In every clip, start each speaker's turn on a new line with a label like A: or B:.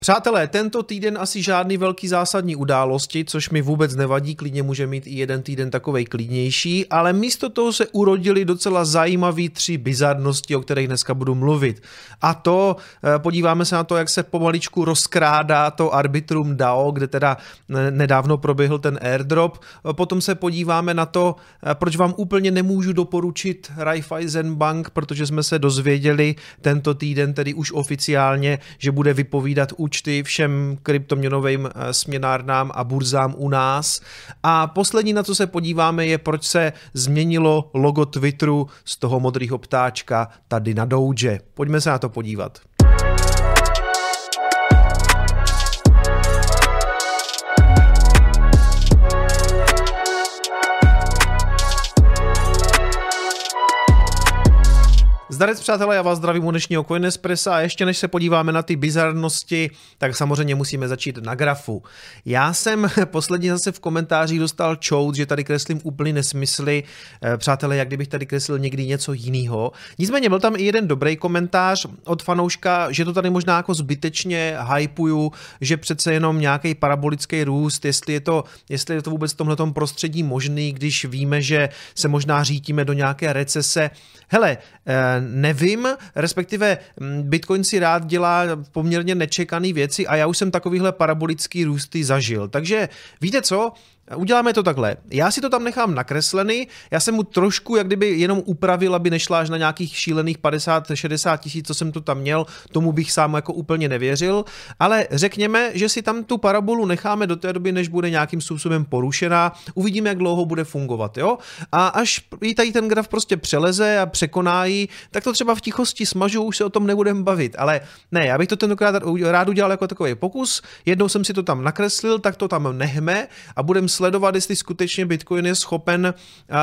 A: Přátelé, tento týden asi žádný velký zásadní události, což mi vůbec nevadí, klidně může mít i jeden týden takovej klidnější, ale místo toho se urodily docela zajímavý 3 bizarnosti, o kterých dneska budu mluvit. A to, podíváme se na to, jak se pomaličku rozkrádá to Arbitrum DAO, kde teda nedávno proběhl ten airdrop. Potom se podíváme na to, proč vám úplně nemůžu doporučit Raiffeisen Bank, protože jsme se dozvěděli tento týden, tedy už oficiálně, že bude vypovídat účty všem kryptoměnovým směnárnám a burzám u nás. A poslední, na co se podíváme, je, proč se změnilo logo Twitteru z toho modrého ptáčka tady na Doge. Pojďme se na to podívat. Zdarec, přátelé, já vás zdravím u dnešního Coinespressa a ještě než se podíváme na ty bizarnosti, tak samozřejmě musíme začít na grafu. Já jsem posledně zase v komentářích dostal čout, že tady kreslím úplný nesmysly, přátelé, jak kdybych tady kreslil někdy něco jiného. Nicméně byl tam i jeden dobrý komentář od fanouška, že to tady možná jako zbytečně hypuju, že přece jenom nějaký parabolický růst, jestli je to vůbec v tomhletom prostředí možný, když víme, že se možná řítíme do nějaké recese. Hele, nevím, respektive Bitcoin si rád dělá poměrně nečekané věci a já už jsem takovýhle parabolický růsty zažil. Takže víte co? Uděláme to takhle. Já si to tam nechám nakreslený, já jsem mu trošku jak kdyby jenom upravil, aby nešla až na nějakých šílených 50-60 tisíc, co jsem to tam měl, tomu bych sám jako úplně nevěřil, ale řekněme, že si tam tu parabolu necháme do té doby, než bude nějakým způsobem porušená, uvidíme, jak dlouho bude fungovat, jo? A až jí tady ten graf prostě přeleze a překoná ji, tak to třeba v tichosti smažu, už se o tom nebudeme bavit, ale ne, já bych to tentokrát rád udělal jako takový pokus, jednou jsem si to tam nakreslil, tak to tam nechme a budeme sledovat, jestli skutečně Bitcoin je schopen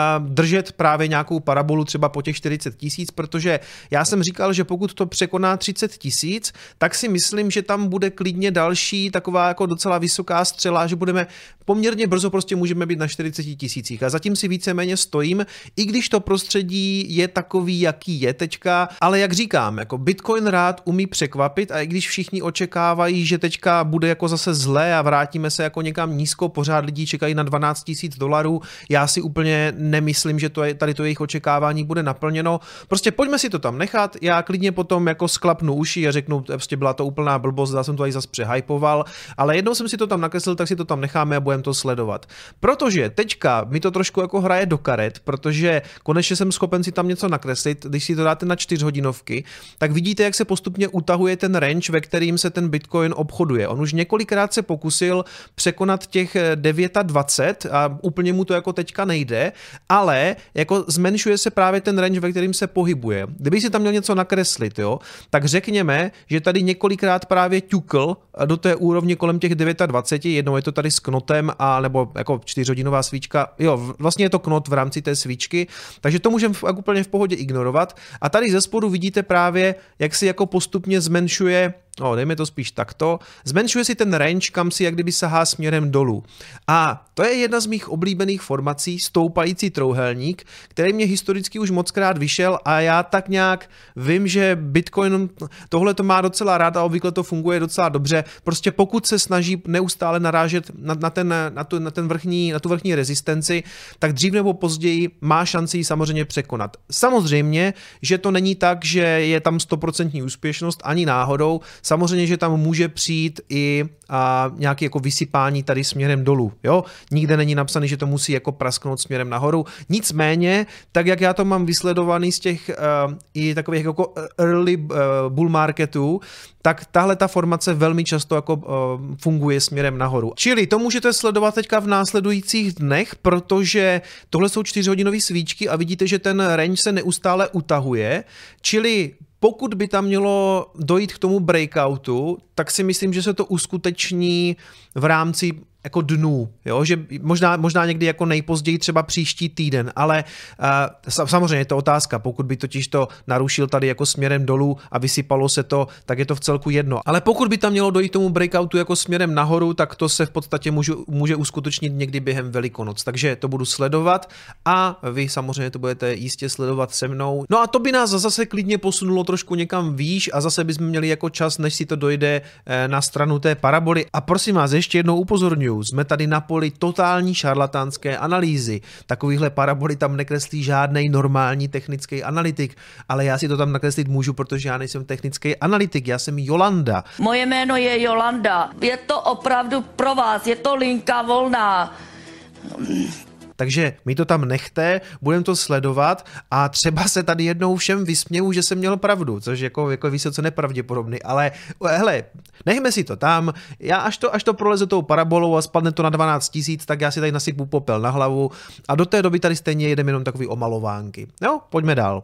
A: držet právě nějakou parabolu třeba po těch 40 tisíc, protože já jsem říkal, že pokud to překoná 30 tisíc, tak si myslím, že tam bude klidně další taková jako docela vysoká střela, že budeme poměrně brzo prostě můžeme být na 40 tisících a zatím si víceméně stojím, i když to prostředí je takový, jaký je teďka, ale jak říkám, jako Bitcoin rád umí překvapit a i když všichni očekávají, že teďka bude jako zase zlé a vrátíme se jako někam nízko, pořád lidí čekají na 12 000 $, já si úplně nemyslím, že tady to jejich očekávání bude naplněno. Prostě pojďme si to tam nechat, já klidně potom jako sklapnu uši a řeknu, prostě byla to úplná blbost, já jsem to tady zase přehypoval, ale jednou jsem si to tam nakreslil, tak si to tam necháme a budeme to sledovat. Protože teďka mi to trošku jako hraje do karet, protože konečně jsem schopen si tam něco nakreslit, když si to dáte na 4 hodinovky, tak vidíte, jak se postupně utahuje ten range, ve kterým se ten Bitcoin obchoduje. On už několikrát se pokusil překonat těch 29 a úplně mu to jako teďka nejde, ale jako zmenšuje se právě ten range, ve kterým se pohybuje. Kdyby si tam měl něco nakreslit, jo, tak řekněme, že tady několikrát právě ťukl do té úrovně kolem těch 29, jednou je to tady s knotem a nebo jako 4hodinová svíčka, jo, vlastně je to knot v rámci té svíčky, takže to můžeme úplně v pohodě ignorovat a tady ze spodu vidíte právě, jak si jako postupně zmenšuje, no, dejme to spíš takto, zmenšuje si ten range, kam si jak kdyby sahá směrem dolů. A to je jedna z mých oblíbených formací, stoupající trouhelník, který mě historicky už mockrát vyšel a já tak nějak vím, že Bitcoin tohle to má docela rád a obvykle to funguje docela dobře. Prostě pokud se snaží neustále narážet na tu vrchní rezistenci, tak dřív nebo později má šanci ji samozřejmě překonat. Samozřejmě, že to není tak, že je tam 100% úspěšnost ani náhodou. Samozřejmě, že tam může přijít i nějaké jako vysypání tady směrem dolů. Jo? Nikde není napsané, že to musí jako prasknout směrem nahoru. Nicméně, tak jak já to mám vysledovaný z těch i takových jako early bull marketů, tak tahle ta formace velmi často jako funguje směrem nahoru. Čili to můžete sledovat teďka v následujících dnech, protože tohle jsou 4hodinové svíčky a vidíte, že ten range se neustále utahuje, čili pokud by tam mělo dojít k tomu breakoutu, tak si myslím, že se to uskuteční v rámci jako dnů, jo? Že možná někdy jako nejpozději třeba příští týden, ale samozřejmě je to otázka, pokud by totiž to narušil tady jako směrem dolů a vysypalo se to, tak je to v celku jedno. Ale pokud by tam mělo dojít tomu breakoutu jako směrem nahoru, tak to se v podstatě může uskutečnit někdy během Velikonoc, takže to budu sledovat a vy samozřejmě to budete jistě sledovat se mnou. No a to by nás zase klidně posunulo trošku někam výš a zase bychom měli jako čas, než si to dojde na stranu té paraboly. A prosím vás, ještě jednou upozorňuji, jsme tady na poli totální šarlatánské analýzy. Takovýhle paraboly tam nekreslí žádnej normální technický analytik, ale já si to tam nakreslit můžu, protože já nejsem technický analytik, já jsem Jolanda.
B: Moje jméno je Jolanda. Je to opravdu pro vás, je to linka volná.
A: Takže mi to tam nechte, budeme to sledovat a třeba se tady jednou všem vysměju, že jsem měl pravdu, což jako vysoce nepravděpodobný, ale hele, nechme si to tam, já až to proleze tou parabolou a spadne to na 12 000, tak já si tady nasypu popel na hlavu a do té doby tady stejně jedeme jenom takový omalovánky. Jo, pojďme dál.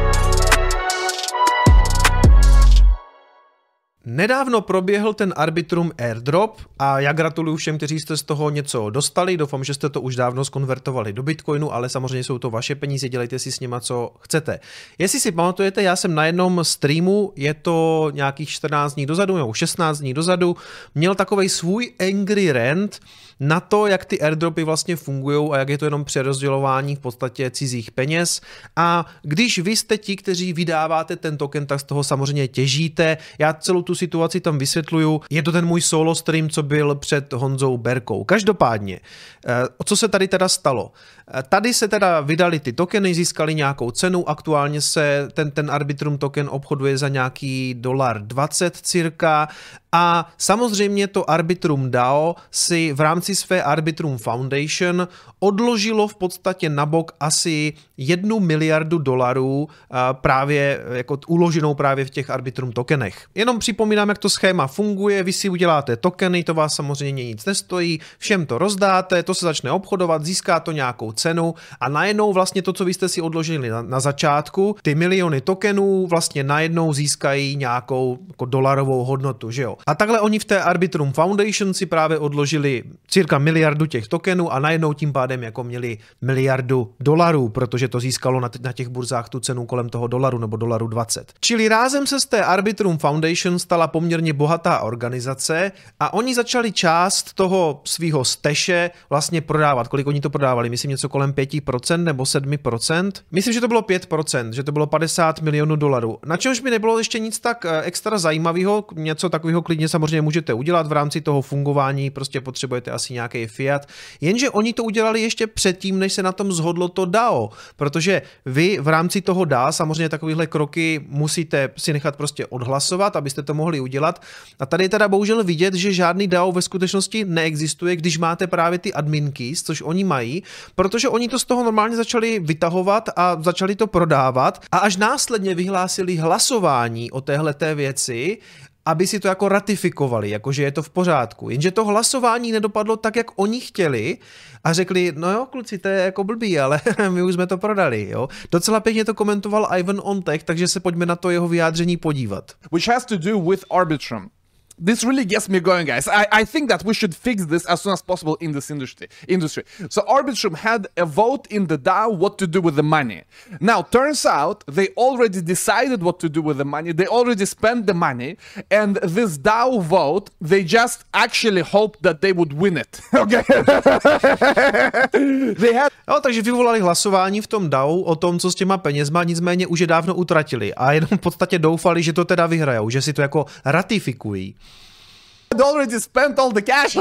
A: Nedávno proběhl ten Arbitrum airdrop a já gratuluju všem, kteří jste z toho něco dostali, doufám, že jste to už dávno skonvertovali do Bitcoinu, ale samozřejmě jsou to vaše peníze, dělejte si s nima, co chcete. Jestli si pamatujete, já jsem na jednom streamu, je to nějakých 14 dní dozadu, nebo 16 dní dozadu, měl takovej svůj angry rant na to, jak ty airdropy vlastně fungují a jak je to jenom přerozdělování v podstatě cizích peněz. A když vy jste ti, kteří vydáváte ten token, tak z toho samozřejmě těžíte. Já celou tu situaci tam vysvětluju. Je to ten můj solo stream, co byl před Honzou Berkou. Každopádně, co se tady teda stalo? Tady se teda vydali ty tokeny, získali nějakou cenu, aktuálně se ten Arbitrum token obchoduje za nějaký $1.20 cirka a samozřejmě to Arbitrum DAO si v rámci své Arbitrum Foundation odložilo v podstatě na bok asi $1 miliardu právě jako uloženou právě v těch Arbitrum tokenech. Jenom připomínám, jak to schéma funguje, vy si uděláte tokeny, to vás samozřejmě nic nestojí, všem to rozdáte, to se začne obchodovat, získá to nějakou cenu a najednou vlastně to, co vy jste si odložili na začátku, ty miliony tokenů vlastně najednou získají nějakou jako dolarovou hodnotu, že jo. A takhle oni v té Arbitrum Foundation si právě odložili cirka miliardu těch tokenů a najednou tím pádem jako měli miliardu dolarů, protože to získalo na těch burzách tu cenu kolem toho $1 nebo $1.20. Čili rázem se z té Arbitrum Foundation stala poměrně bohatá organizace a oni začali část toho svého steše vlastně prodávat. Kolik oni to prodávali? Myslím něco kolem 5% nebo 7%. Myslím, že to bylo 5%, že to bylo $50 milionů. Na čemž by nebylo ještě nic tak extra zajímavého, něco takového klidně samozřejmě můžete udělat v rámci toho fungování, prostě potřebujete asi nějaký fiat, jenže oni to udělali ještě předtím, než se na tom shodlo to DAO, protože vy v rámci toho DAO samozřejmě takovýhle kroky musíte si nechat prostě odhlasovat, abyste to mohli udělat a tady je teda bohužel vidět, že žádný DAO ve skutečnosti neexistuje, když máte právě ty admin keys, což oni mají, protože oni to z toho normálně začali vytahovat a začali to prodávat a až následně vyhlásili hlasování o téhleté věci, aby si to jako ratifikovali, jakože je to v pořádku. Jenže to hlasování nedopadlo tak, jak oni chtěli a řekli, no jo, kluci, to je jako blbý, ale my už jsme to prodali, jo. Docela pěkně to komentoval Ivan OnTech, takže se pojďme na to jeho vyjádření podívat.
C: Which has to do with Arbitrum. This really gets me going, guys. I think that we should fix this as soon as possible in this industry. So Arbitrum had a vote in the DAO what to do with the money. Now, turns out they already decided what to do with the money. They already spent the money. And this DAO vote, they just actually hoped that they would win it. Okay?
A: No, takže vyvolali hlasování v tom DAO o tom, co s těma penězma, nicméně už je dávno utratili a jenom v podstatě doufali, že to teda vyhrajou, že si to jako ratifikují.
C: Already spent all the cash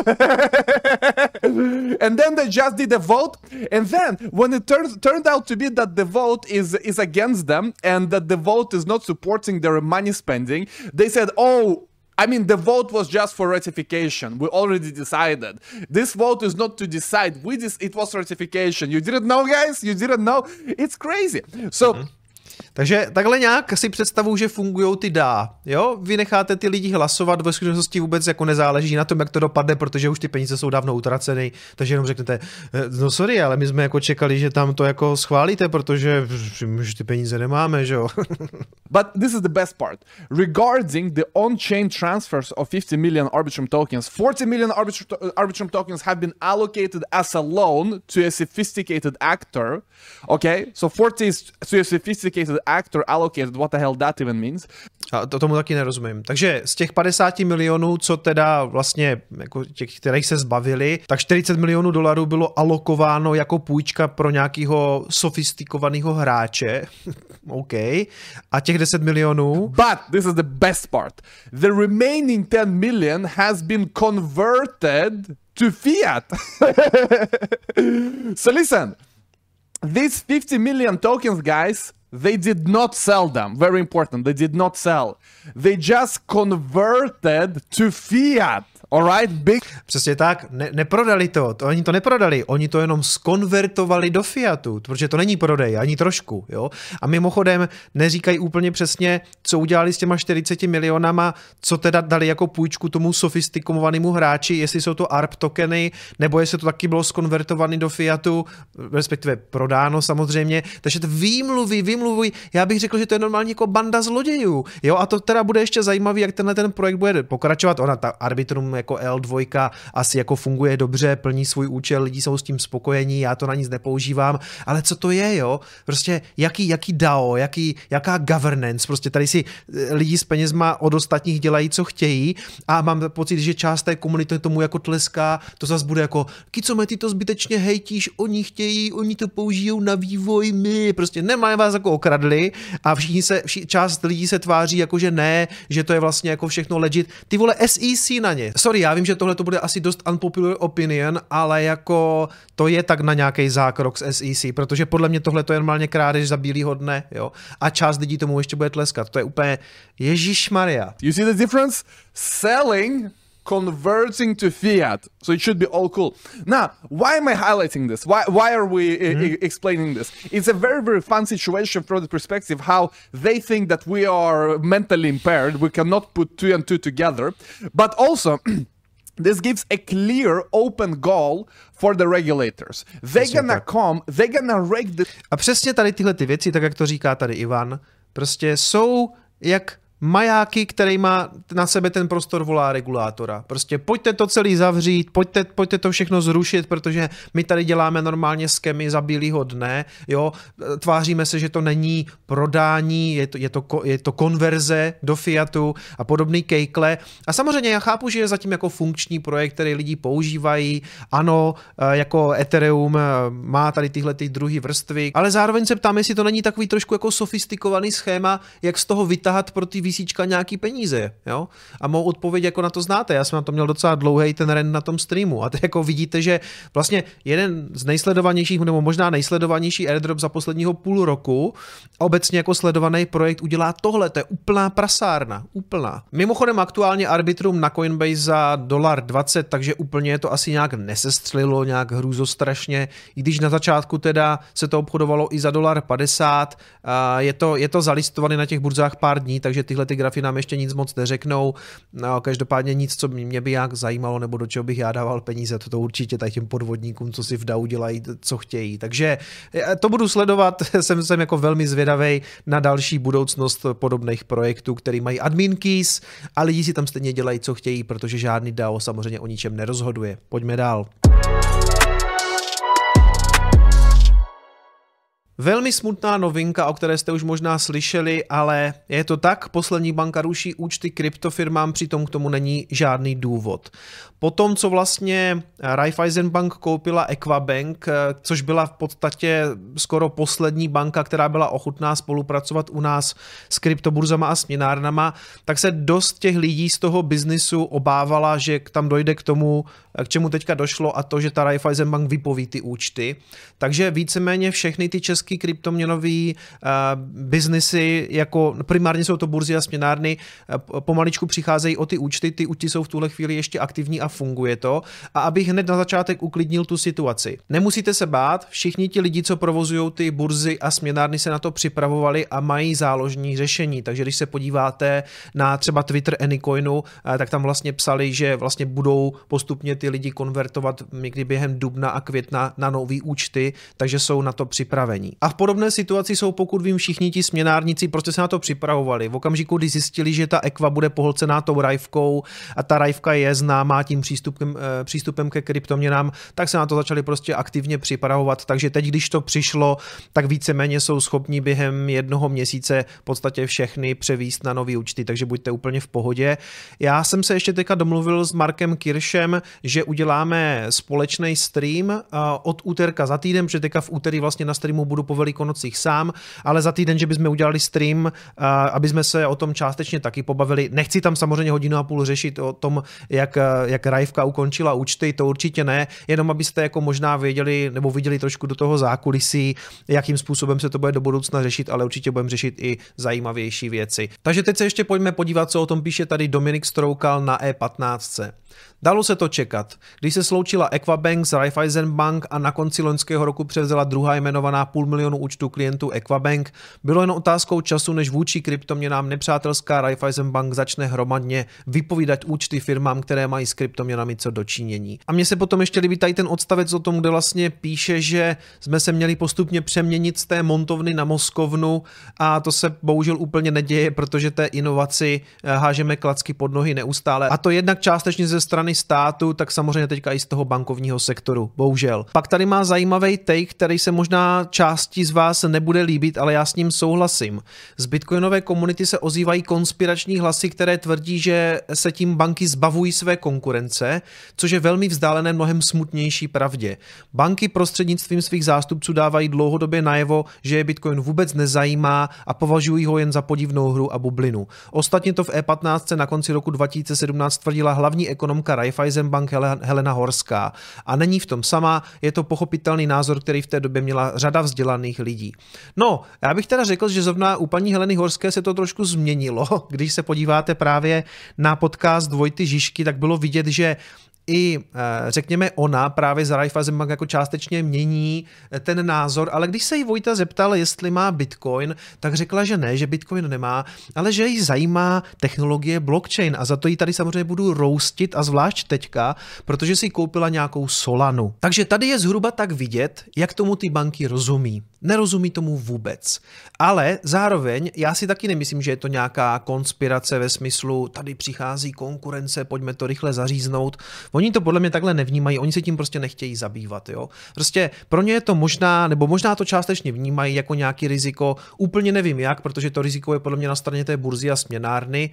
C: and then they just did a vote, and then when it turned out to be that the vote is against them and that the vote is not supporting their money spending, they said, oh, I mean, the vote was just for ratification. We already decided. This vote is not to decide. It was ratification. You didn't know, guys? You didn't know? It's crazy. So
A: Takže takhle nějak si představuju, že fungují ty DA. Jo? Vy necháte ty lidi hlasovat, ve skutečnosti vůbec jako nezáleží na tom, jak to dopadne, protože už ty peníze jsou dávno utracený, takže jenom řeknete, no sorry, ale my jsme jako čekali, že tam to jako schválíte, protože ty peníze nemáme, že jo.
C: But this is the best part. Regarding the on-chain transfers of 50 million Arbitrum tokens, 40 million Arbitrum tokens have been allocated as a loan to a sophisticated actor. Okay, so 40 is to a sophisticated actor allocated. What the hell that even means?
A: A tomu taky nerozumím. Takže z těch 50 milionů, co teda vlastně jako těch, kterých se zbavili, tak 40 milionů dolarů bylo alokováno jako půjčka pro nějakého sofistikovaného hráče. OK. A těch 10 milionů...
C: But this is the best part. The remaining 10 million has been converted to fiat. So listen, these 50 million tokens, guys, they did not sell them. Very important. They did not sell. They just converted to fiat. Alright, big.
A: Přesně tak, neprodali to, oni to neprodali, oni to jenom skonvertovali do fiatu, protože to není prodej, ani trošku, jo. A mimochodem neříkají úplně přesně, co udělali s těma 40 milionama, co teda dali jako půjčku tomu sofistikovanému hráči, jestli jsou to ARB tokeny, nebo jestli to taky bylo skonvertované do fiatu, respektive prodáno samozřejmě, takže to výmluvy, já bych řekl, že to je normálně jako banda zlodějů, jo, a to teda bude ještě zajímavý, jak tenhle ten projekt bude pokračovat, ona ta Arbitrum jako L2 asi jako funguje dobře, plní svůj účel, lidi jsou s tím spokojení, já to na nic nepoužívám, ale co to je, jo? Prostě jaký DAO, jaká governance, prostě tady si lidi s penězma od ostatních dělají, co chtějí a mám pocit, že část té komunity tomu jako tleská, to zase bude jako, Kicome, ty to zbytečně hejtíš, oni chtějí, oni to použijou na vývoj, my prostě nemají vás jako okradli a část lidí se tváří jako, že ne, že to je vlastně jako všechno legit, ty vole SEC na ně. Sorry, já vím, že tohle to bude asi dost unpopular opinion, ale jako to je tak na nějaký zákrok z SEC, protože podle mě tohle to je normálně krádež za bílýho dne, jo. A část lidí tomu ještě bude tleskat. To je úplně ježišmarja.
C: You see the difference? Selling, converting to fiat. So it should be all cool. Now, why am I highlighting this? Why are we explaining this? It's a very, very fun situation from the perspective how they think that we are mentally impaired. We cannot put two and two together. But also, this gives a clear, open goal for the regulators. They're gonna rake the...
A: A přesně tady tyhle ty věci, tak jak to říká tady Ivan, prostě jsou jak majáky, který má na sebe ten prostor volá regulátora. Prostě pojďte to celý zavřít, pojďte to všechno zrušit, protože my tady děláme normálně skemy za bílýho dne, jo, tváříme se, že to není prodání, je to konverze do fiatu a podobný kejkle. A samozřejmě já chápu, že je zatím jako funkční projekt, který lidi používají, ano, jako Ethereum má tady tyhle ty druhý vrstvy, ale zároveň se ptám, jestli to není takový trošku jako sofistikovaný schéma, jak z toho vytahat pro ty VCčka nějaký peníze, jo? A mou odpověď jako na to znáte, já jsem na to měl docela dlouhý ten rent na tom streamu a teď jako vidíte, že vlastně jeden z nejsledovanějších, nebo možná nejsledovanější airdrop za posledního půl roku, obecně jako sledovaný projekt udělá tohle, to je úplná prasárna, úplná. Mimochodem aktuálně Arbitrum na Coinbase za $20, takže úplně to asi nějak nesestřelilo, nějak hrůzostrašně, i když na začátku teda se to obchodovalo i za $50, je to zalistované na těch burzách pár dní, takže tyhle ty grafy nám ještě nic moc neřeknou. No, každopádně nic, co mě by nějak zajímalo, nebo do čeho bych já dával peníze, to určitě tady těm podvodníkům, co si v DAO dělají, co chtějí. Takže to budu sledovat, jsem jako velmi zvědavej na další budoucnost podobných projektů, který mají admin keys a lidi si tam stejně dělají, co chtějí, protože žádný DAO samozřejmě o ničem nerozhoduje. Pojďme dál. Velmi smutná novinka, o které jste už možná slyšeli, ale je to tak, poslední banka ruší účty kryptofirmám, přitom k tomu není žádný důvod. Potom, co vlastně Raiffeisenbank koupila Equabank, což byla v podstatě skoro poslední banka, která byla ochotná spolupracovat u nás s kryptoburzama a směnárnama, tak se dost těch lidí z toho biznisu obávala, že tam dojde k tomu, k čemu teďka došlo, a to, že ta Raiffeisenbank vypoví ty účty. Takže víceméně všechny ty české český kryptoměnový biznesy, jako primárně jsou to burzy a směnárny, pomaličku přicházejí o ty účty jsou v tuhle chvíli ještě aktivní a funguje to. A abych hned na začátek uklidnil tu situaci. Nemusíte se bát, všichni ti lidi, co provozují ty burzy a směnárny, se na to připravovali a mají záložní řešení. Takže když se podíváte na třeba Twitter Anycoinu, tak tam vlastně psali, že vlastně budou postupně ty lidi konvertovat někdy během dubna a května na nový účty, takže jsou na to připravení. A v podobné situaci jsou, pokud vím, všichni ti směnárníci prostě se na to připravovali. V okamžiku, kdy zjistili, že ta ekva bude pohlcená tou rajvkou a ta rajvka je známá tím přístupem ke kryptoměnám, tak se na to začali prostě aktivně připravovat. Takže teď, když to přišlo, tak víceméně jsou schopni během 1 měsíce v podstatě všechny převíst na nový účty, takže buďte úplně v pohodě. Já jsem se ještě teďka domluvil s Markem Kiršem, že uděláme společný stream od úterka za týden, protože teďka v úterý vlastně na streamu budu po Velikonocích sám, ale za týden, že bychom udělali stream, aby jsme se o tom částečně taky pobavili. Nechci tam samozřejmě 1,5 hodiny řešit o tom, jak Rajvka ukončila účty, to určitě ne, jenom abyste jako možná věděli nebo viděli trošku do toho zákulisí, jakým způsobem se to bude do budoucna řešit, ale určitě budeme řešit i zajímavější věci. Takže teď se ještě pojďme podívat, co o tom píše tady Dominik Stroukal na E15. Dalo se to čekat. Když se sloučila Equabank s Raiffeisenbank a na konci loňského roku převzala druhá jmenovaná 500 000 účtů klientů Equabank, bylo jen otázkou času, než vůči kryptoměnám nepřátelská Raiffeisenbank začne hromadně vypovídat účty firmám, které mají s kryptoměnami co dočinění. A mně se potom ještě líbí tady ten odstavec o tom, kde vlastně píše, že jsme se měli postupně přeměnit z té montovny na mozkovnu a to se bohužel úplně neděje, protože té inovaci hážeme klacky pod nohy neustále. A to jednak částečně ze strany státu, tak samozřejmě teďka i z toho bankovního sektoru, bohužel. Pak tady má zajímavý take, který se možná části z vás nebude líbit, ale já s ním souhlasím. Z bitcoinové komunity se ozývají konspirační hlasy, které tvrdí, že se tím banky zbavují své konkurence, což je velmi vzdálené mnohem smutnější pravdě. Banky prostřednictvím svých zástupců dávají dlouhodobě najevo, že je bitcoin vůbec nezajímá a považují ho jen za podivnou hru a bublinu. Ostatně to v E15 na konci roku 2017 tvrdila hlavní ekonomka Raiffeisenbank Helena Horská. A není v tom sama, je to pochopitelný názor, který v té době měla řada vzdělaných lidí. No, já bych teda řekl, že zrovna u paní Heleny Horské se to trošku změnilo. Když se podíváte právě na podcast Vojty Žižky, tak bylo vidět, že i řekněme ona právě za Raiffeisenbank jako částečně mění ten názor, ale když se jí Vojta zeptal, jestli má Bitcoin, tak řekla, že ne, že Bitcoin nemá, ale že jí zajímá technologie blockchain a za to jí tady samozřejmě budu roustit a zvlášť teďka, protože si koupila nějakou Solanu. Takže tady je zhruba tak vidět, jak tomu ty banky rozumí. Nerozumí tomu vůbec. Ale zároveň já si taky nemyslím, že je to nějaká konspirace ve smyslu tady přichází konkurence, pojďme to rychle zaříznout. Oni to podle mě takhle nevnímají, oni se tím prostě nechtějí zabývat. Jo? Prostě pro ně je to možná, nebo možná to částečně vnímají jako nějaký riziko, úplně nevím jak, protože to riziko je podle mě na straně té burzy a směnárny.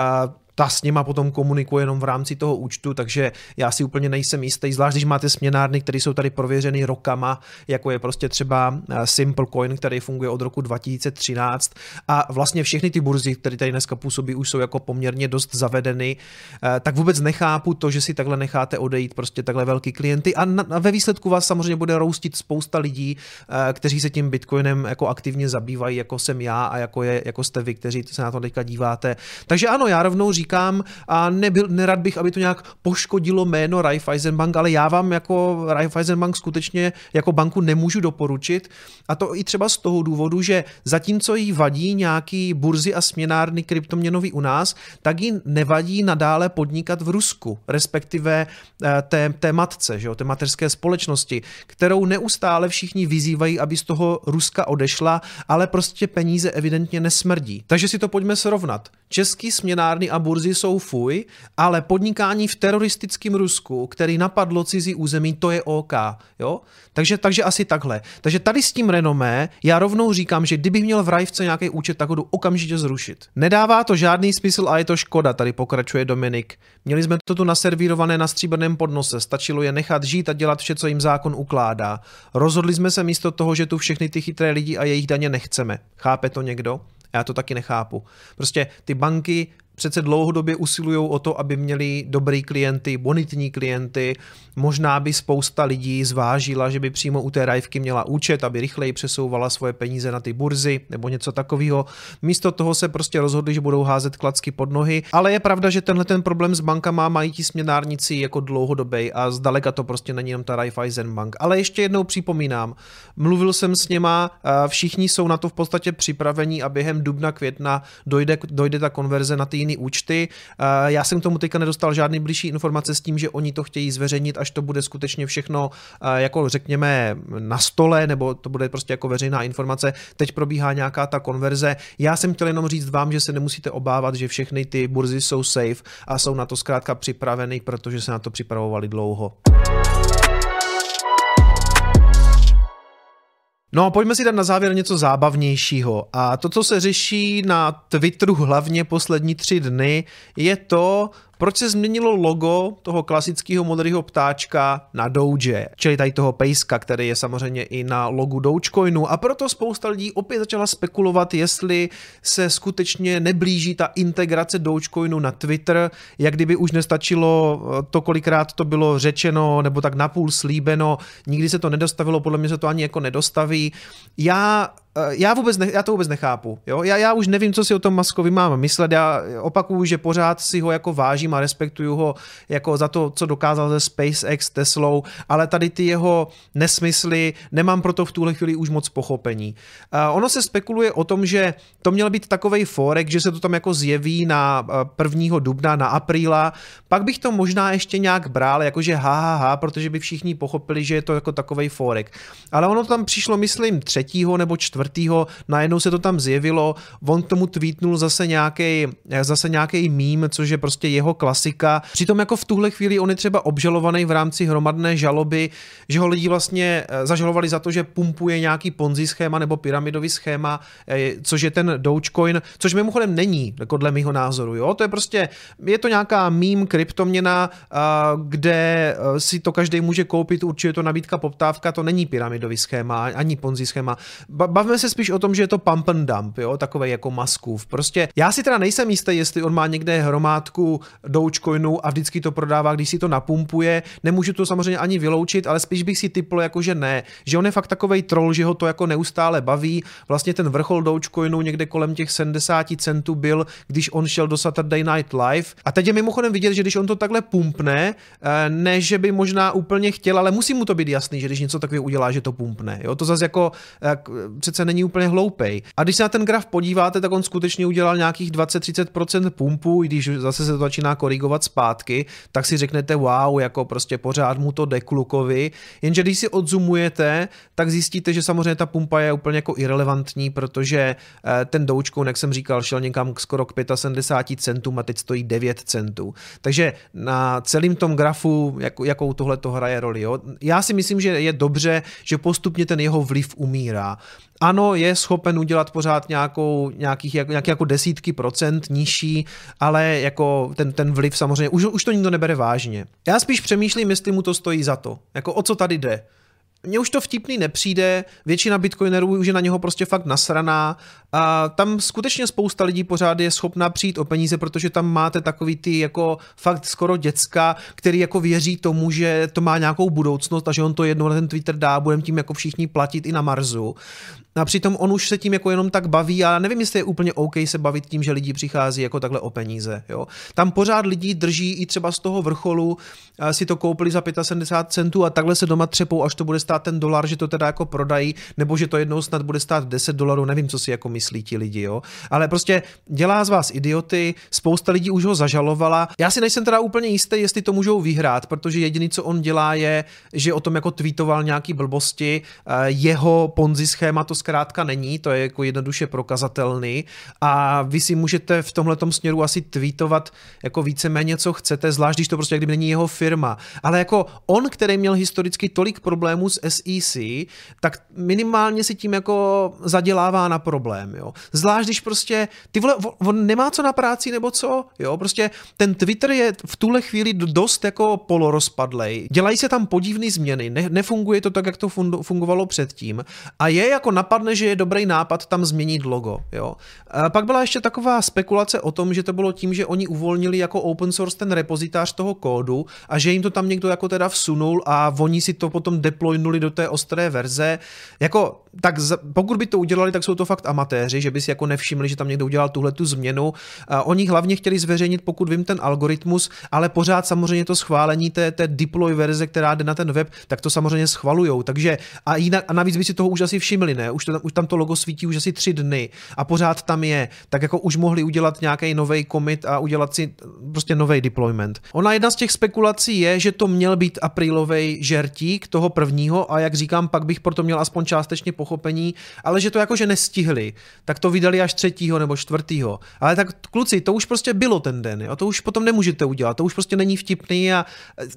A: Ta s nima potom komunikuje jenom v rámci toho účtu, takže já si úplně nejsem jistý, zvlášť když máte směnárny, které jsou tady prověřeny rokama, jako je prostě třeba Simplecoin, který funguje od roku 2013 a vlastně všechny ty burzy, které tady dneska působí, už jsou jako poměrně dost zavedeny, tak vůbec nechápu to, že si takhle necháte odejít prostě takhle velký klienty a ve výsledku vás samozřejmě bude roustit spousta lidí, kteří se tím Bitcoinem jako aktivně zabývají, jako jsem já a jako jste vy, kteří se na to teďka díváte. Takže ano, já rovnou říkám a nerad bych, aby to nějak poškodilo jméno Raiffeisenbank, ale já vám jako Raiffeisenbank skutečně jako banku nemůžu doporučit a to i třeba z toho důvodu, že zatímco jí vadí nějaký burzy a směnárny kryptoměnový u nás, tak jí nevadí nadále podnikat v Rusku, respektive té matce, že jo, té mateřské společnosti, kterou neustále všichni vyzývají, aby z toho Ruska odešla, ale prostě peníze evidentně nesmrdí. Takže si to pojďme srovnat. Český směnárny a burzy jsou fuj, ale podnikání v teroristickém Rusku, který napadlo cizí území, to je OK. Jo? Takže asi takhle. Takže tady s tím renomé já rovnou říkám, že kdybych měl v Rajvce nějaký účet, tak ho jdu okamžitě zrušit. Nedává to žádný smysl a je to škoda, tady pokračuje Dominik. Měli jsme to tu naservírované na stříbrném podnose, stačilo je nechat žít a dělat vše, co jim zákon ukládá. Rozhodli jsme se místo toho, že tu všechny ty chytré lidi a jejich daně nechceme. Chápe to někdo? Já to taky nechápu. Prostě ty banky přece dlouhodobě usilují o to, aby měli dobrý klienty, bonitní klienty. Možná by spousta lidí zvážila, že by přímo u té Rajvky měla účet, aby rychleji přesouvala svoje peníze na ty burzy nebo něco takového. Místo toho se prostě rozhodli, že budou házet klacky pod nohy, ale je pravda, že tenhle ten problém s bankama mají ti směnárníci jako dlouhodobý a zdaleka to prostě není jenom ta Raiffeisen Bank. Ale ještě jednou připomínám, mluvil jsem s něma, všichni jsou na to v podstatě připravení a během dubna, května dojde ta konverze na ty jiné účty. Já jsem k tomu teďka nedostal žádný blížší informace s tím, že oni to chtějí zveřejnit, až to bude skutečně všechno jako řekněme na stole, nebo to bude prostě jako veřejná informace. Teď probíhá nějaká ta konverze. Já jsem chtěl jenom říct vám, že se nemusíte obávat, že všechny ty burzy jsou safe a jsou na to zkrátka připraveny, protože se na to připravovali dlouho. No a pojďme si dát na závěr něco zábavnějšího. A to, co se řeší na Twitteru hlavně poslední 3 dny, je to, proč se změnilo logo toho klasického modrého ptáčka na Doge, čili tady toho pejska, který je samozřejmě i na logu Dogecoinu, a proto spousta lidí opět začala spekulovat, jestli se skutečně neblíží ta integrace Dogecoinu na Twitter, jak kdyby už nestačilo to, kolikrát to bylo řečeno nebo tak napůl slíbeno, nikdy se to nedostavilo, podle mě se to ani jako nedostaví. Já to vůbec nechápu. Jo? Já už nevím, co si o tom Muskovi mám myslet. Já opakuju, že pořád si ho jako vážím a respektuju ho jako za to, co dokázal ze SpaceX, Teslou, ale tady ty jeho nesmysly nemám proto v tuhle chvíli už moc pochopení. Ono se spekuluje o tom, že to měl být takovej forek, že se to tam jako zjeví na 1. dubna, na apríla. Pak bych to možná ještě nějak bral, jakože protože by všichni pochopili, že je to jako takovej forek. Ale ono tam přišlo, myslím, 3. nebo 4. najednou se to tam zjevilo, on k tomu tweetnul zase nějaký meme, což je prostě jeho klasika. Přitom jako v tuhle chvíli on je třeba obžalovaný v rámci hromadné žaloby, že ho lidi vlastně zažalovali za to, že pumpuje nějaký Ponzi schéma nebo pyramidový schéma, což je ten Dogecoin, což mimochodem není, jako dle mýho názoru. Jo? To je prostě, je to nějaká meme kryptoměna, kde si to každý může koupit, určitě to nabídka poptávka, to není pyramidový schéma, ani Ponzi schéma. Bavíme se spíš o tom, že je to pump and dump, jo, takovej jako Muskův. Prostě já si teda nejsem jistý, jestli on má někde hromádku Dogecoinu a vždycky to prodává, když si to napumpuje. Nemůžu to samozřejmě ani vyloučit, ale spíš bych si tipl jako, že ne. Že on je fakt takovej troll, že ho to jako neustále baví. Vlastně ten vrchol Dogecoinu někde kolem těch 70 centů byl, když on šel do Saturday Night Live. A teď je mimochodem vidět, že když on to takhle pumpne, ne, že by možná úplně chtěl, ale musí mu to být jasný, že když něco takového udělá, že to pumpne. Jo, to zase jako přece není úplně hloupej. A když se na ten graf podíváte, tak on skutečně udělal nějakých 20-30% pumpu, i když zase se to začíná korigovat zpátky, tak si řeknete wow, jako prostě pořád mu to jde klukovi. Jenže když si odzumujete, tak zjistíte, že samozřejmě ta pumpa je úplně jako irelevantní, protože ten Dogecoin, jak jsem říkal, šel někam skoro k 75 centům a teď stojí 9 centů. Takže na celém tom grafu, jakou tohle to hraje roli. Jo? Já si myslím, že je dobře, že postupně ten jeho vliv umírá. Ano, je schopen udělat pořád nějaké jako desítky procent nižší, ale jako ten vliv samozřejmě, už to nikdo nebere vážně. Já spíš přemýšlím, jestli mu to stojí za to. Jako o co tady jde. Mně už to vtipný nepřijde, většina bitcoinerů už je na něho prostě fakt nasraná a tam skutečně spousta lidí pořád je schopná přijít o peníze, protože tam máte takový ty jako fakt skoro děcka, který jako věří tomu, že to má nějakou budoucnost a že on to jednou na ten Twitter dá, budeme tím jako všichni platit i na Marsu. A přitom on už se tím jako jenom tak baví a nevím, jestli je úplně OK se bavit tím, že lidi přichází jako takhle o peníze. Jo. Tam pořád lidi drží i třeba z toho vrcholu, si to koupili za 75 centů a takhle se doma třepou, až to bude stát ten dolar, že to teda jako prodají, nebo že to jednou snad bude stát $10, nevím, co si jako myslí ti lidi, jo. Ale prostě dělá z vás idioty, spousta lidí už ho zažalovala. Já si nejsem teda úplně jistý, jestli to můžou vyhrát, protože jediný, co on dělá, je, že o tom jako tweetoval nějaký blbosti, jeho Ponzi schéma to zkrátka není, to je jako jednoduše prokazatelný a vy si můžete v tomhletom směru asi tweetovat jako víceméně co chcete, zvlášť když to prostě jak kdyby není jeho firma. Ale jako on, který měl historicky tolik problémů skrz SEC, tak minimálně si tím jako zadělává na problém, jo. Zvlášť, když prostě, ty vole, on nemá co na práci nebo co, jo, prostě ten Twitter je v tuhle chvíli dost jako polorozpadlej. Dělají se tam podivné změny, nefunguje to tak, jak to fungovalo předtím a je jako napadne, že je dobrý nápad tam změnit logo, jo. A pak byla ještě taková spekulace o tom, že to bylo tím, že oni uvolnili jako open source ten repozitář toho kódu a že jim to tam někdo jako teda vsunul a oni si to potom deploynuli do té ostré verze. Jako, tak pokud by to udělali, tak jsou to fakt amatéři, že by si jako nevšimli, že tam někdo udělal tuhletu změnu. Oni hlavně chtěli zveřejnit, pokud vím, ten algoritmus, ale pořád samozřejmě to schválení té deploy verze, která jde na ten web, tak to samozřejmě schvalujou. Takže a navíc by si toho už asi všimli, ne? Už tam to logo svítí už asi 3 dny a pořád tam je. Tak jako už mohli udělat nějaký nový commit a udělat si prostě nový deployment. Ona jedna z těch spekulací je, že to měl být aprílový žertík toho prvního a jak říkám, pak bych proto měl aspoň částečně pochopení, ale že to jakože nestihli, tak to vydali až 3. nebo 4. Ale tak kluci, to už prostě bylo ten den, jo? To už potom nemůžete udělat, to už prostě není vtipný a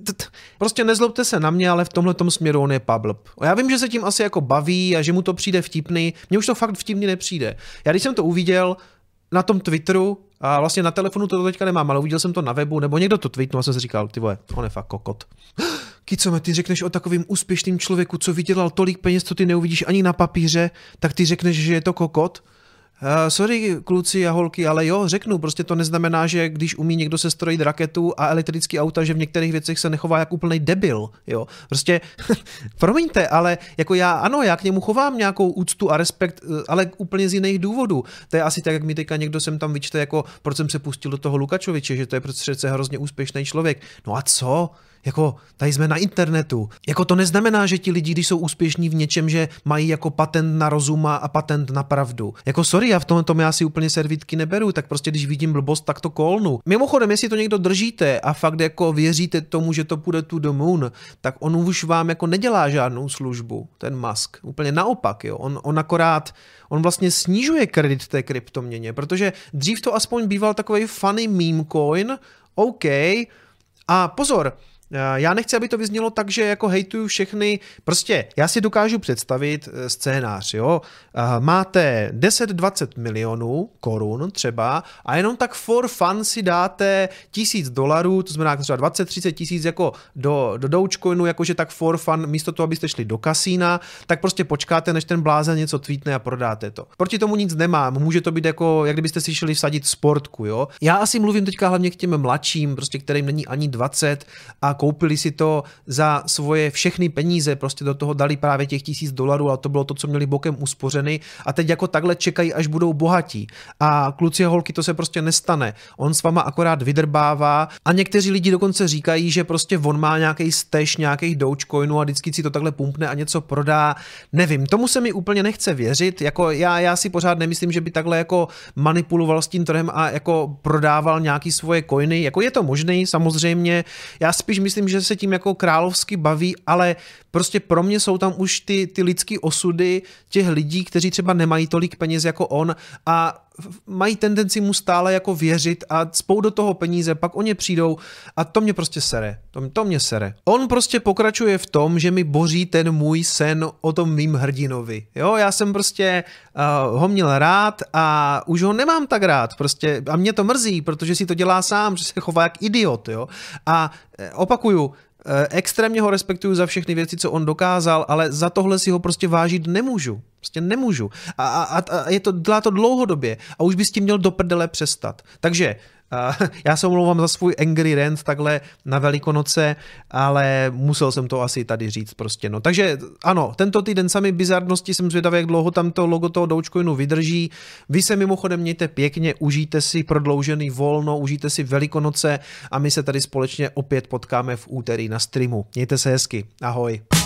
A: prostě nezlobte se na mě, ale v tomhletom směru on je pablb. Já vím, že se tím asi jako baví a že mu to přijde vtipný, mně už to fakt vtipný nepřijde. Já když jsem to uviděl na tom Twitteru, a vlastně na telefonu to teďka nemám, ale uviděl jsem to na webu, nebo někdo to tweetnul a jsem si říkal, ty vole, on je fakt kokot. Kicome, ty řekneš o takovým úspěšným člověku, co vydělal tolik peněz, co ty neuvidíš ani na papíře, tak ty řekneš, že je to kokot? Sorry, kluci a holky, ale jo, řeknu, prostě to neznamená, že když umí někdo sestrojit raketu a elektrický auta, že v některých věcech se nechová jak úplnej debil, jo. Prostě, promiňte, ale jako já k němu chovám nějakou úctu a respekt, ale úplně z jiných důvodů. To je asi tak, jak mi teďka někdo sem tam vyčte, jako proč jsem se pustil do toho Lukačoviče, že to je přece hrozně úspěšný člověk. No a co? Jako, tady jsme na internetu. Jako to neznamená, že ti lidi, když jsou úspěšní v něčem, že mají jako patent na rozum a patent na pravdu. Jako sorry, já v tomhle já si úplně servítky neberu, tak prostě když vidím blbost, tak to kolnu. Mimochodem, jestli to někdo držíte a fakt jako věříte tomu, že to půjde to the moon, tak on už vám jako nedělá žádnou službu, ten Musk. Úplně naopak, jo. On vlastně snižuje kredit té kryptoměně, protože dřív to aspoň býval takový funny meme coin, OK, a pozor, já nechci, aby to vyznělo tak, že jako hejtuju všechny, prostě já si dokážu představit scénář, jo, máte 10-20 milionů korun třeba a jenom tak for fun si dáte $1000, to znamená třeba 20-30 tisíc jako do Dogecoinu, jakože tak for fun, místo toho, abyste šli do kasína, tak prostě počkáte, než ten blázen něco tweetne a prodáte to. Proti tomu nic nemám, může to být jako, jak kdybyste si šli vsadit sportku, jo. Já asi mluvím teďka hlavně k těm mladším, prostě kterým není ani 20 a koupili si to za svoje všechny peníze, prostě do toho dali právě těch $1000 a to bylo to, co měli bokem uspořeny a teď jako takhle čekají, až budou bohatí. A kluci a holky, to se prostě nestane. On s váma akorát vydrbává a někteří lidi dokonce říkají, že prostě on má nějaký stash nějakých Dogecoinů a vždycky si to takhle pumpne a něco prodá. Nevím, tomu se mi úplně nechce věřit, jako já si pořád nemyslím, že by takhle jako manipuloval s tím trhem a jako prodával nějaký svoje coiny, jako je to možný, samozřejmě. Já spíš myslím, že se tím jako královsky baví, ale prostě pro mě jsou tam už ty lidský osudy těch lidí, kteří třeba nemají tolik peněz jako on a mají tendenci mu stále jako věřit a spou do toho peníze, pak oni přijdou a to mě prostě sere. To mě sere. On prostě pokračuje v tom, že mi boří ten můj sen o tom mým hrdinovi. Jo, já jsem prostě ho měl rád a už ho nemám tak rád. Prostě a mě to mrzí, protože si to dělá sám, že se chová jak idiot, jo. A opakuju, extrémně ho respektuju za všechny věci, co on dokázal, ale za tohle si ho prostě vážit nemůžu. Prostě nemůžu. A dělá to dlouhodobě a už by s tím měl do prdele přestat. Takže já se omlouvám za svůj angry rant takhle na Velikonoce, ale musel jsem to asi tady říct prostě. No. Takže ano, tento týden sami bizarnosti, jsem zvědavý, jak dlouho tam to logo toho Dogecoinu vydrží. Vy se mimochodem mějte pěkně, užijte si prodloužený volno, užijte si Velikonoce a my se tady společně opět potkáme v úterý na streamu. Mějte se hezky. Ahoj.